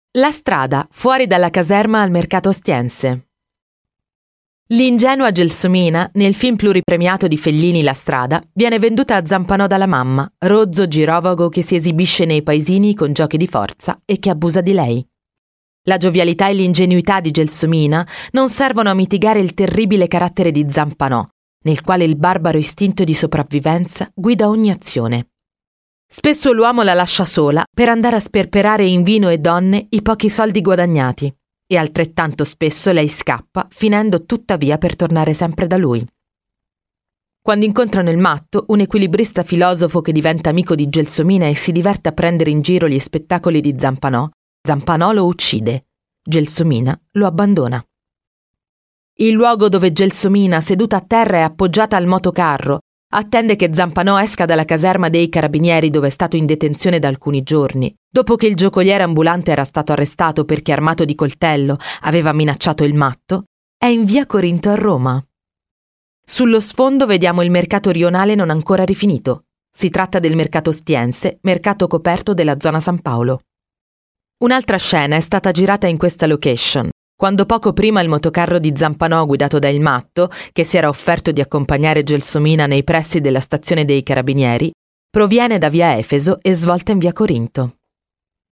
La strada fuori dalla caserma al mercato ostiense. L'ingenua Gelsomina, nel film pluripremiato di Fellini La strada, viene venduta a Zampanò dalla mamma, rozzo girovago che si esibisce nei paesini con giochi di forza e che abusa di lei. La giovialità e l'ingenuità di Gelsomina non servono a mitigare il terribile carattere di Zampanò, nel quale il barbaro istinto di sopravvivenza guida ogni azione. Spesso l'uomo la lascia sola per andare a sperperare in vino e donne i pochi soldi guadagnati, e altrettanto spesso lei scappa, finendo tuttavia per tornare sempre da lui. Quando incontrano il matto, un equilibrista filosofo che diventa amico di Gelsomina e si diverte a prendere in giro gli spettacoli di Zampanò, Zampanò lo uccide. Gelsomina lo abbandona. Il luogo dove Gelsomina, seduta a terra e appoggiata al motocarro, attende che Zampanò esca dalla caserma dei carabinieri dove è stato in detenzione da alcuni giorni, dopo che il giocoliere ambulante era stato arrestato perché armato di coltello aveva minacciato il matto, è in via Corinto a Roma. Sullo sfondo vediamo il mercato rionale non ancora rifinito. Si tratta del mercato ostiense, mercato coperto della zona San Paolo. Un'altra scena è stata girata in questa location, quando poco prima il motocarro di Zampanò guidato da Il Matto, che si era offerto di accompagnare Gelsomina nei pressi della stazione dei carabinieri, proviene da via Efeso e svolta in via Corinto.